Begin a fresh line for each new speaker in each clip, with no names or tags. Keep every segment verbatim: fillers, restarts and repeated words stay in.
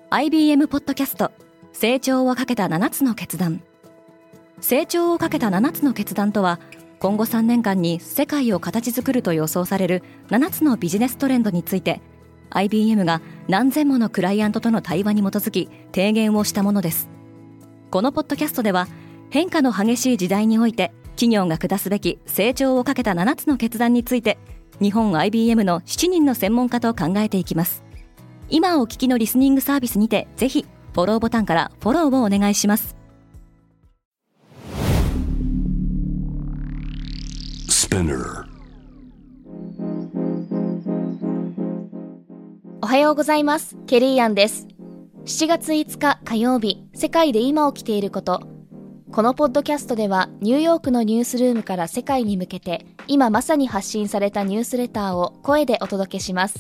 アイビーエム ポッドキャスト成長をかけたななつの決断。成長をかけたななつの決断とは、今後さんねんかんに世界を形作ると予想されるななつのビジネストレンドについて アイビーエム が何千ものクライアントとの対話に基づき提言をしたものです。このポッドキャストでは、変化の激しい時代において企業が下すべき成長をかけたななつの決断について、日本 アイビーエム のしちにんの専門家と考えていきます。今お聞きのリスニングサービスにて、ぜひフォローボタンからフォローをお願いします。
おはようございます。ケリーアンです。しちがついつか火曜日、世界で今起きていること。このポッドキャストでは、ニューヨークのニュースルームから世界に向けて、今まさに発信されたニュースレターを声でお届けします。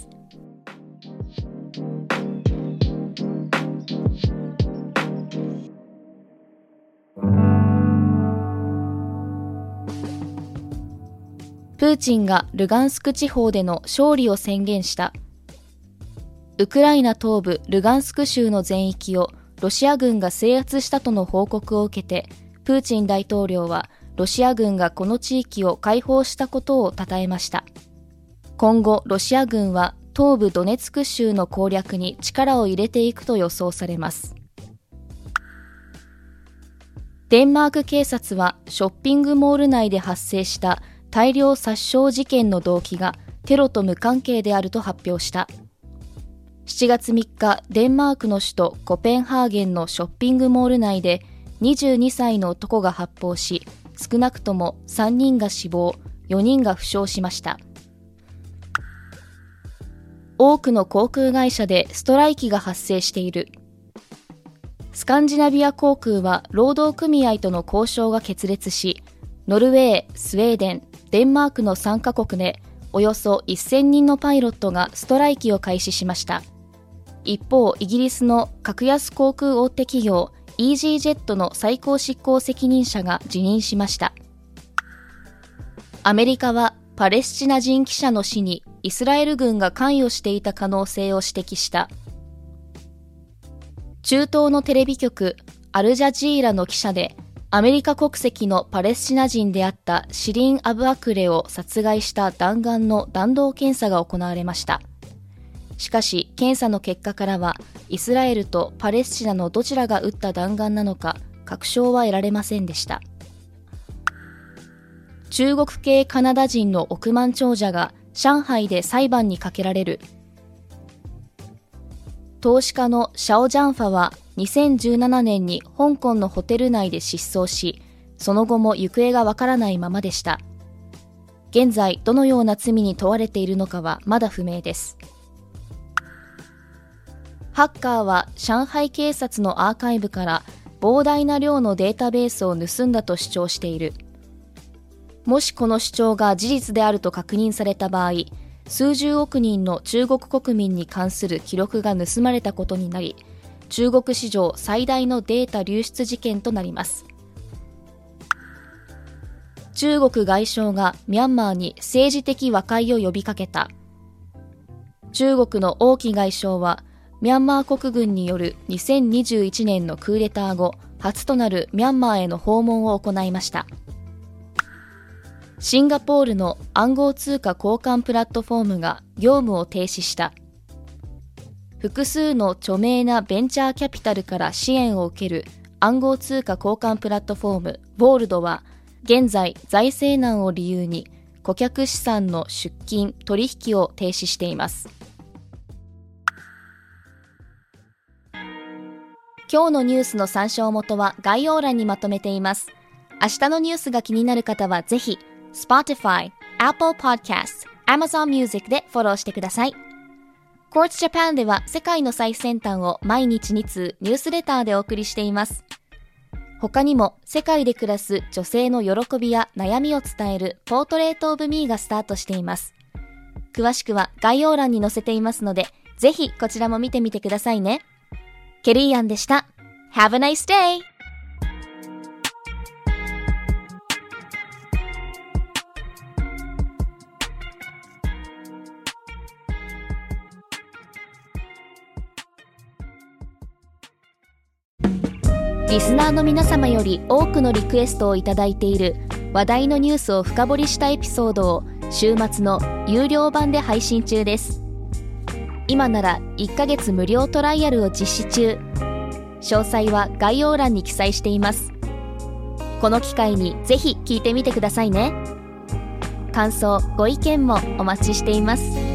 プーチンがルガンスク地方での勝利を宣言した。ウクライナ東部ルガンスク州の全域をロシア軍が制圧したとの報告を受けて、プーチン大統領はロシア軍がこの地域を解放したことを称えました。今後、ロシア軍は東部ドネツク州の攻略に力を入れていくと予想されます。デンマーク警察はショッピングモール内で発生した大量殺傷事件の動機がテロと無関係であると発表した。しちがつみっか、デンマークの首都コペンハーゲンのショッピングモール内でにじゅうにさいの男が発砲し、少なくともさんにんが死亡、よにんが負傷しました。多くの航空会社でストライキが発生している。スカンジナビア航空は労働組合との交渉が決裂し、ノルウェー、スウェーデン、デンマークのさんかこくでおよそせんにんのパイロットがストライキを開始しました。一方、イギリスの格安航空大手企業イージージェットの最高執行責任者が辞任しました。アメリカはパレスチナ人記者の死にイスラエル軍が関与していた可能性を指摘した。中東のテレビ局アルジャジーラの記者で、アメリカ国籍のパレスチナ人であったシリン・アブアクレを殺害した弾丸の弾道検査が行われました。しかし、検査の結果からは、イスラエルとパレスチナのどちらが撃った弾丸なのか、確証は得られませんでした。中国系カナダ人の億万長者が上海で裁判にかけられる。投資家のシャオ・ジャンファはにせんじゅうななねんに香港のホテル内で失踪し、その後も行方がわからないままでした。現在、どのような罪に問われているのかはまだ不明です。ハッカーは上海警察のアーカイブから膨大な量のデータベースを盗んだと主張している。もしこの主張が事実であると確認された場合、数十億人の中国国民に関する記録が盗まれたことになり、中国史上最大のデータ流出事件となります。中国外相がミャンマーに政治的和解を呼びかけた。中国の王毅外相は、ミャンマー国軍によるにせんにじゅういちねんのクーデター後、初となるミャンマーへの訪問を行いました。シンガポールの暗号通貨交換プラットフォームが業務を停止した。複数の著名なベンチャーキャピタルから支援を受ける暗号通貨交換プラットフォームボールドは、現在財政難を理由に顧客資産の出金・取引を停止しています。今日のニュースの参照元は概要欄にまとめています。明日のニュースが気になる方はぜひ Spotify、Apple Podcasts、Amazon Music でフォローしてください。Quartz Japan では世界の最先端を毎日に通ニュースレターでお送りしています。他にも世界で暮らす女性の喜びや悩みを伝えるポートレートオブミーがスタートしています。詳しくは概要欄に載せていますので、ぜひこちらも見てみてくださいね。ケリーアンでした。Have a nice day! リスナーの皆様より多くのリクエストをいただいている話題のニュースを深掘りしたエピソードを週末の有料版で配信中です。今ならいっかげつ無料トライアルを実施中。詳細は概要欄に記載しています。この機会にぜひ聞いてみてくださいね。感想、ご意見もお待ちしています。